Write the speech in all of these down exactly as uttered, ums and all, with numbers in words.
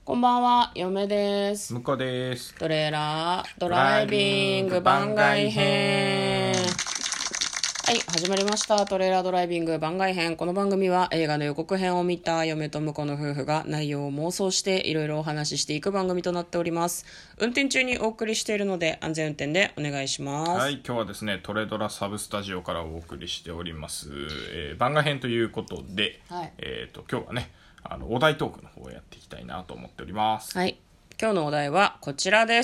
こんばんは、嫁です。 向こうです。 トレーラードライビング番外編。はい、始まりました。トレーラードライビング番外編。この番組は映画の予告編を見た嫁と婿の夫婦が内容を妄想していろいろお話ししていく番組となっております。運転中にお送りしているので安全運転でお願いします。 はい、今日はですね、トレドラサブスタジオからお送りしております。えー、番外編ということで、 はい、 えっと今日はね、あのお題トークの方をやっていきたいなと思っております。 はい、今日のお題はこちらです。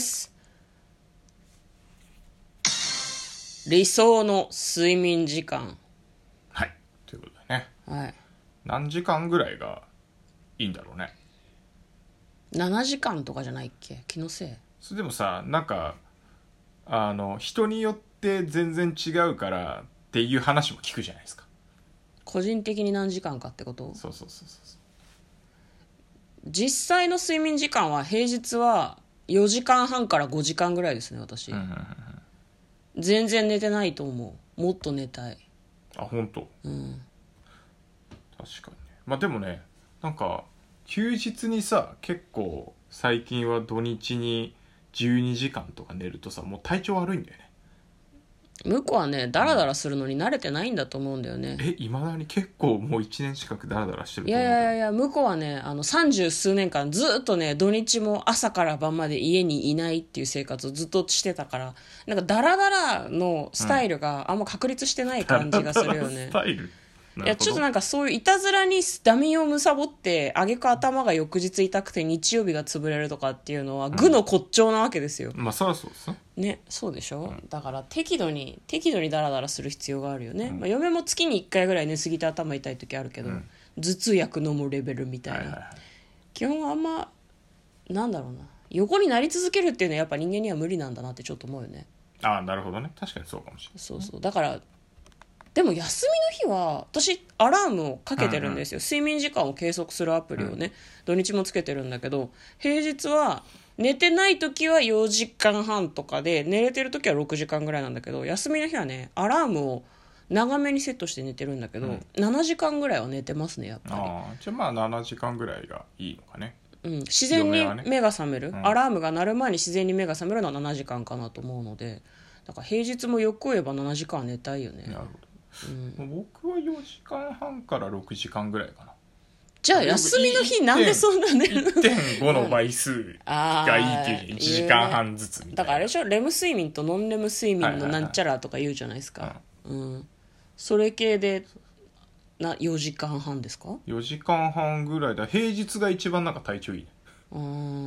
理想の睡眠時間。 はい、ということでね、 はい、 何時間ぐらいがいいんだろうね。 ななじかんとかじゃないっけ、気のせい。 それでもさ、なんかあの人によって全然違うからっていう話も聞くじゃないですか。 個人的に何時間かってこと？ そうそうそうそう。 実際の睡眠時間は平日はよじかんはんからごじかんぐらいですね、私。 うんうんうん、 全然寝てないと思う。もっと寝たい。 あ、本当。 うん。 確かにね。まあでもね、なんか休日にさ、結構最近は土日にじゅうにじかんとか寝るとさ、もう体調悪いんだよね。 向こうはね、ダラダラするのに慣れてないんだと思うんだよね。 え、いまだに結構もういちねん近くダラダラしてるいやいと思うけど。 やいや、向こうはね、あの三十数年間ずっとね、土日も朝から晩まで家にいないっていう生活をずっとしてたから、なんかダラダラのスタイルがあんま確立してない感じがするよね。 スタイル。 いやちょっとなんかそういういたずらにダミーを貪って挙句頭が翌日痛くて日曜日が潰れるとかっていうのは愚の骨頂なわけですよ、 まあそりゃそうですね。 ね、そうでしょ、うん、だから適度に適度にダラダラする必要があるよね、 うん、 まあ、嫁も月にいっかいぐらい寝すぎて頭痛い時あるけど、うん、頭痛薬飲むレベルみたいな、はいはいはい、基本あんまなんだろうな、横になり続けるっていうのはやっぱ人間には無理なんだなってちょっと思うよね。 ああ、なるほどね、確かにそうかもしれない。 そうそう、だからでも休みの日は私アラームをかけてるんですよ、うんうん、睡眠時間を計測するアプリをね、うん、土日もつけてるんだけど、平日は寝てない時はよじかんはんとかで寝れてる時はろくじかんぐらいなんだけど、休みの日はねアラームを長めにセットして寝てるんだけど、うん、ななじかんぐらいは寝てますねやっぱり。 あじゃあまあななじかんぐらいがいいのかね。 うん、自然に目が覚める、ね、うん、アラームが鳴る前に自然に目が覚めるのはななじかんかなと思うので、だから平日もよく言えばななじかんは寝たいよね。 なるほど。うん、僕はよじかんはんからろくじかんぐらいかな。 じゃあ休みの日なんでそんな寝るの？ いってんご の倍数がいいっていう、いちじかんはんずつみたいな。 だからあれでしょ、レム睡眠とノンレム睡眠のなんちゃらとか言うじゃないですか、はいはいはい、うん、それ系でなよじかんはんですか？ よじかんはんぐらいだ。平日が一番なんか体調いいね。うん、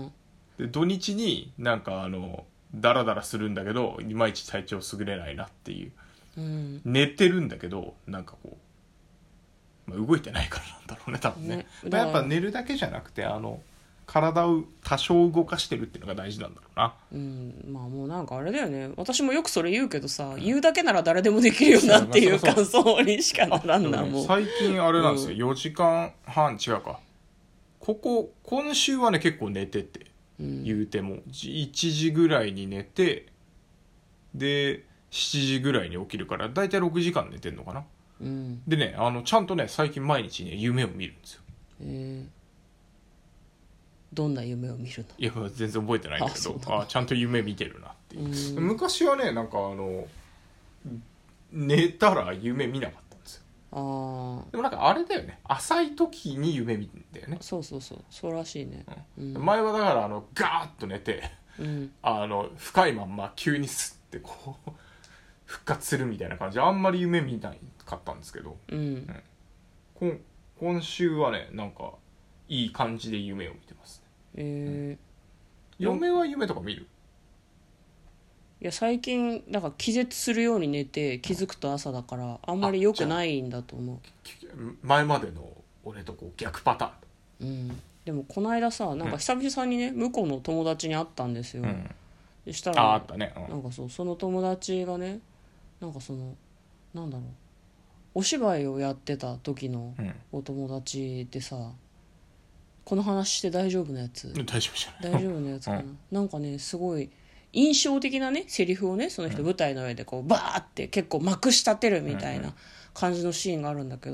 で土日になんかあのダラダラするんだけどいまいち体調優れないなっていう、うん、寝てるんだけどなんかこう、まあ、動いてないからなんだろうね多分ね。ね、まあ、やっぱ寝るだけじゃなくてあの体を多少動かしてるっていうのが大事なんだろうな。 うん、まあもうなんかあれだよね、私もよくそれ言うけどさ、うん、言うだけなら誰でもできるよなっていう感想にしかならんな。もう最近あれなんですよ、うん、よじかんはん違うか、ここ今週はね結構寝てて、うん、言うてもいちじぐらいに寝てでしちじぐらいに起きるからだいたいろくじかん寝てんのかな、うん、でねあのちゃんとね最近毎日ね夢を見るんですよ。へー、 どんな夢を見るの？ いや全然覚えてないんだけど、ああちゃんと夢見てるなっていう。昔はねなんかあの寝たら夢見なかったんですよ。あでもなんかあれだよね、浅い時に夢見るんだよね。 そうそうそう、そうらしいね、 うんうん、前はだからあのガーッと寝て、うん、あの深いまんま急にスッてこう復活するみたいな感じであんまり夢見なかったんですけど、うんうん、今週はねなんかいい感じで夢を見てますね。えー、嫁は夢とか見る？ いや最近なんか気絶するように寝て気づくと朝だからあんまり良くないんだと思う。 前までの俺とこう逆パターン、うん、でもこの間さなんか久々にね、うん、向こうの友達に会ったんですよ、うん、でしたら、ね、 ああったね、うん、 なんかそうその友達がねなんかそのなんだろうお芝居をやってた時のお友達でさ、うん、この話して大丈夫なやつ？ 大丈夫じゃない大丈夫なやつかな、うん、なんかねすごい印象的なねセリフをねその人舞台の上でこうバーって結構まくし立てるみたいな感じのシーンがあるんだけど、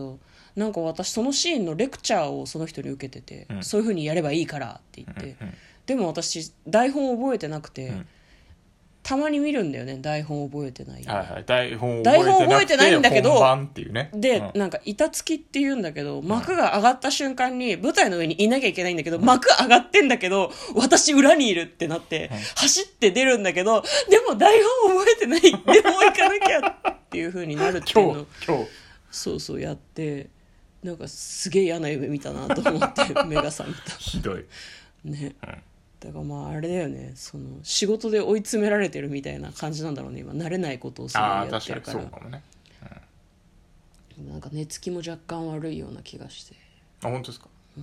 なんか私そのシーンのレクチャーをその人に受けてて、 うん、 そういう風にやればいいからって言って、 うんうん、 でも私台本覚えてなくて、 うん、 たまに見るんだよね台本覚えてない、 はいはい、台本覚えてないんだけど、 本番っていうね、 で、 うん、 なんか板付きって言うんだけど、幕が上がった瞬間に舞台の上にいなきゃいけないんだけど、うん、幕上がってんだけど私裏にいるってなって、うん、走って出るんだけど、でも台本覚えてないでもう行かなきゃっていう風になるっていうのを今日そうそうやって、なんかすげえ嫌な夢見たなと思って目が覚めた。 ひどいね、うん、だからまああれだよね、その仕事で追い詰められてるみたいな感じなんだろうね、今慣れないことをすごいやってるから。 あ、確かにそうかもね、 うん、なんか寝つきも若干悪いような気がして。 あ、本当ですか、うん、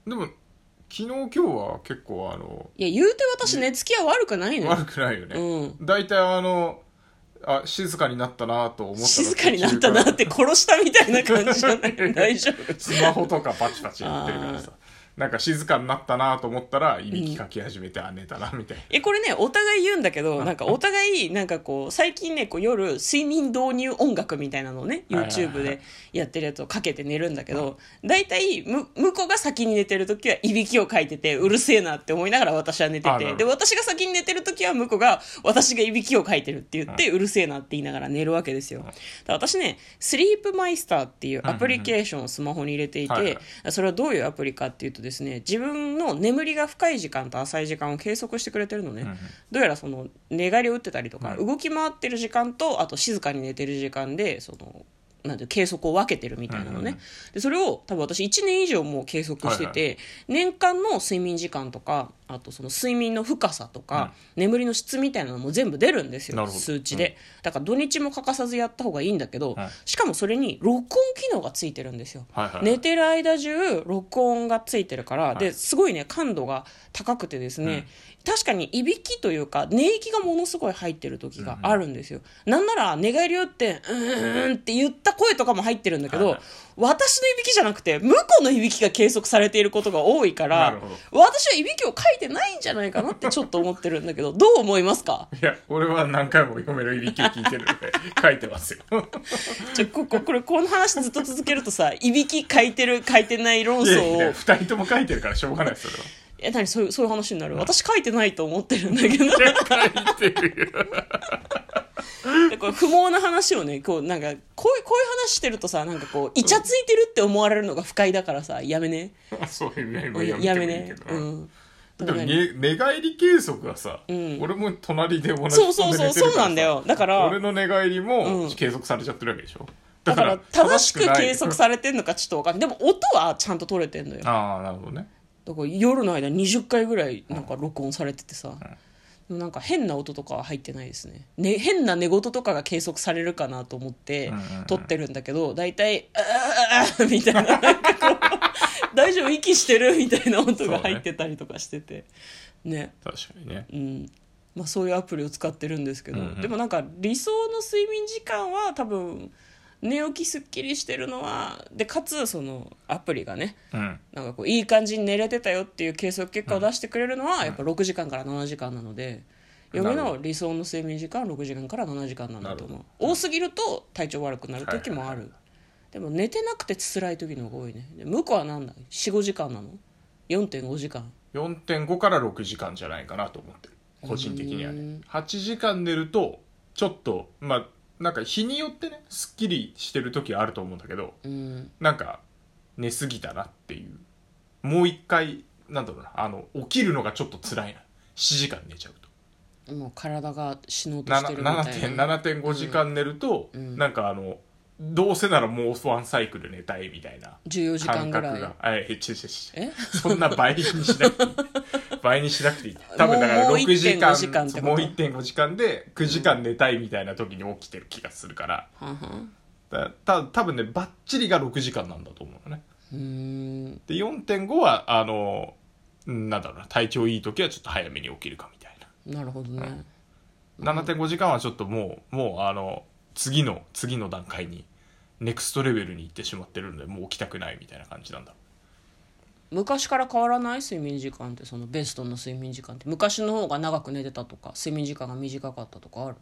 でも昨日今日は結構あのいや言うて私寝つきは悪くないのよ。 悪くないよね、うん、だいたいあのあ静かになったなと思ったら静かになったなって殺したみたいな感じじゃない大丈夫スマホとかパチパチやってるからさ、なんか静かになったなと思ったらいびきかき始めて、うん、あ寝たなみたいな。 えこれねお互い言うんだけど、なんかお互いなんかこう最近ねこう夜睡眠導入音楽みたいなのをね YouTube でやってるやつをかけて寝るんだけど、だいたい向こうが先に寝てる時はいびきをかいててうるせえなって思いながら私は寝てて、で私が先に寝てる時は向こうが私がいびきをかいてるって言って、うるせえなって言いながら寝るわけですよ。だから私ねスリープマイスターっていうアプリケーションをスマホに入れていて、それはどういうアプリかっていうとですね、自分の眠りが深い時間と浅い時間を計測してくれてるのね、うんうん、どうやらその寝返りを打ってたりとか、うん、動き回ってる時間とあと静かに寝てる時間でそのなんて計測を分けてるみたいなのね、うんうん、でそれを多分私いちねん以上もう計測してて、はいはい、年間の睡眠時間とかあとその睡眠の深さとか、うん、眠りの質みたいなのも全部出るんですよ数値で、うん、だから土日も欠かさずやった方がいいんだけど、うん、しかもそれに録音機能がついてるんですよ、はいはいはい、寝てる間中録音がついてるから、はい、ですごいね感度が高くてですね、うん、確かにいびきというか寝息がものすごい入ってる時があるんですよ、うん、なんなら寝返り打ってうーんって言った声とかも入ってるんだけど、はいはい、私のいびきじゃなくて向こうのいびきが計測されていることが多いから私はいびきをかいてないんじゃないかなってちょっと思ってるんだけどどう思いますか？ いや俺は何回も嫁のいびきを聞いてるので書いてますよちょこここれこの話ずっと続けるとさいびきかいてるかいてない論争をいやいやふたりとも書いてるからしょうがないそれは。 え何そういうそういう話になる、うん、私書いてないと思ってるんだけど書いてるよでこれ不毛な話をねこうなんかこういうこういう話してるとさなんかこうイチャついてるって思われるのが不快だからさやめねそういうねもうやめやめね、うん、 でも寝寝返り計測はさ、うん、俺も隣で同じそうそうそうそうなんだよ。だから俺の寝返りも計測されちゃってるわけでしょ、うん、 だから正しく計測されてんのかちょっと分かんないでも音はちゃんと取れてんのよ。 ああなるほどね。 だから夜の間にじゅっかいぐらいなんか録音されててさ、うんでもなんか変な音とかは入ってないですね。ね変な寝言とかが計測されるかなと思って撮ってるんだけど、だいたいあーみたいななんかこう大丈夫息してるみたいな音が入ってたりとかしててね。 確かにね。 うんまあ、そういうアプリを使ってるんですけど、うんうん、でもなんか理想の睡眠時間は多分寝起きすっきりしてるのはでかつそのアプリがね、うん、なんかこういい感じに寝れてたよっていう計測結果を出してくれるのはやっぱろくじかんからななじかんなので、うん、嫁の理想の睡眠時間はろくじかんからななじかんなんだと思う。多すぎると体調悪くなる時もある、はいはいはい、でも寝てなくて辛い時の方が多いね。で向こうはなんだ よん,ご 時間なの よんてんご 時間よんてんご からろくじかんじゃないかなと思ってる個人的にはね。はちじかん寝るとちょっとまあなんか日によってねすっきりしてる時はあると思うんだけど、うん、なんか寝すぎたなっていうもう一回なんだろうなあの起きるのがちょっと辛いなしちじかん寝ちゃうともう体が死のうとしてるみたいな ななてんご 時間寝ると、うん、なんかあのどうせならもうワンサイクル寝たいみたいなじゅうよじかんぐらいがえちちちえそんな倍にしなくていい倍にしなくていい多分だからろくじかんもう いってんご 時間でくじかん寝たいみたいな時に起きてる気がするから、うん、だた多分ねバッチリがろくじかんなんだと思うのね。うーんで よんてんご はあのなんだろうな体調いい時はちょっと早めに起きるかみたいな。なるほどね、 うん、ななてんご 時間はちょっともうもうあの次の次の段階にネクストレベルに行ってしまってるのでもう起きたくないみたいな感じなんだ。 昔から変わらない睡眠時間ってそのベストの睡眠時間って昔の方が長く寝てたとか睡眠時間が短かったとかある？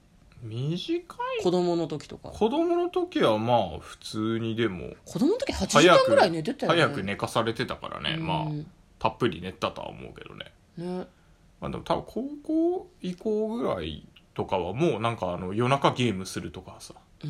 短い子供の時とか。 子供の時はまあ普通にでも子供の時はちじかんぐらい寝てたよね。 早く寝かされてたからね、 うん、 まあたっぷり寝たとは思うけどね。 ね、 まあ、でも多分高校以降ぐらいとかはもうなんかあの夜中ゲームするとかさ、 うん、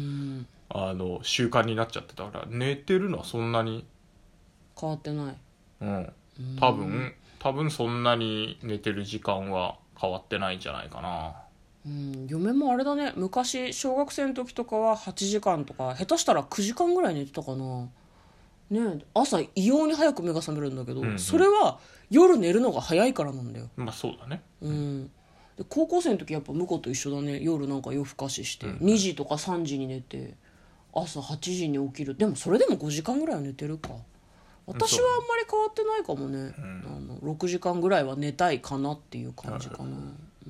あの習慣になっちゃってたから寝てるのはそんなに変わってない。 うん多分多分そんなに寝てる時間は変わってないんじゃないかな。 うん、嫁もあれだね、昔小学生の時とかははちじかんとか下手したらくじかんぐらい寝てたかな。ね、朝異様に早く目が覚めるんだけど、うんうん、それは夜寝るのが早いからなんだよ。 まあそうだね、 うん、で高校生の時やっぱ婿と一緒だね。夜なんか夜更かしして、うんうん、にじとかさんじに寝て朝はちじに起きる。でもそれでもごじかんぐらいは寝てるか。私はあんまり変わってないかもね、うん、あのろくじかんぐらいは寝たいかなっていう感じかな、うん、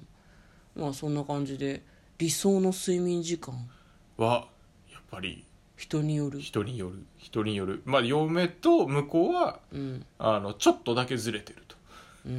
まあそんな感じで理想の睡眠時間はやっぱり人による人による人によるまあ嫁と向こうは、うん、あのちょっとだけずれてると、うん、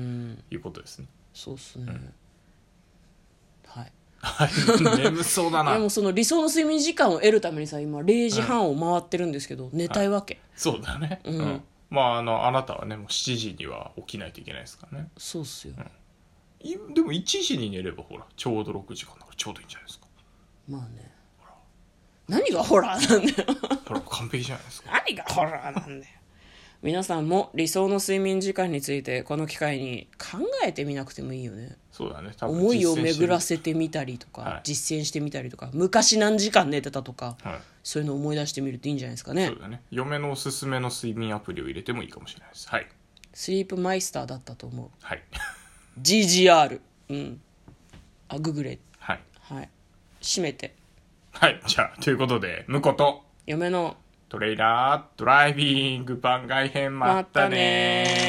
いうことですね。 そうっすね、うん、はい眠そうだな。 でもその理想の睡眠時間を得るためにさ今れいじはんを回ってるんですけど、うん、寝たいわけ、はい、 そうだね、うんうん、まああのあなたはねもうしちじには起きないといけないですからね。 そうっすよ、 うん、でもいちじに寝ればほらちょうどろくじかんだからちょうどいいんじゃないですか。 まあね、ほら何がホラーなんだよほら完璧じゃないですか。 何がホラーなんだよ皆さんも理想の睡眠時間についてこの機会に考えてみなくてもいいよね。 そうだね、多分思いを巡らせてみたりとか、はい、実践してみたりとか昔何時間寝てたとか、はい、そういうのを思い出してみるといいんじゃないですかね。 そうだね、嫁のおすすめの睡眠アプリを入れてもいいかもしれないです。はい、 スリープマイスターだったと思う。 はいジージーアール うんあググレはい、 はい、閉めて。 はいじゃあということで婿と嫁のトレーラードライビング番外編まったねー。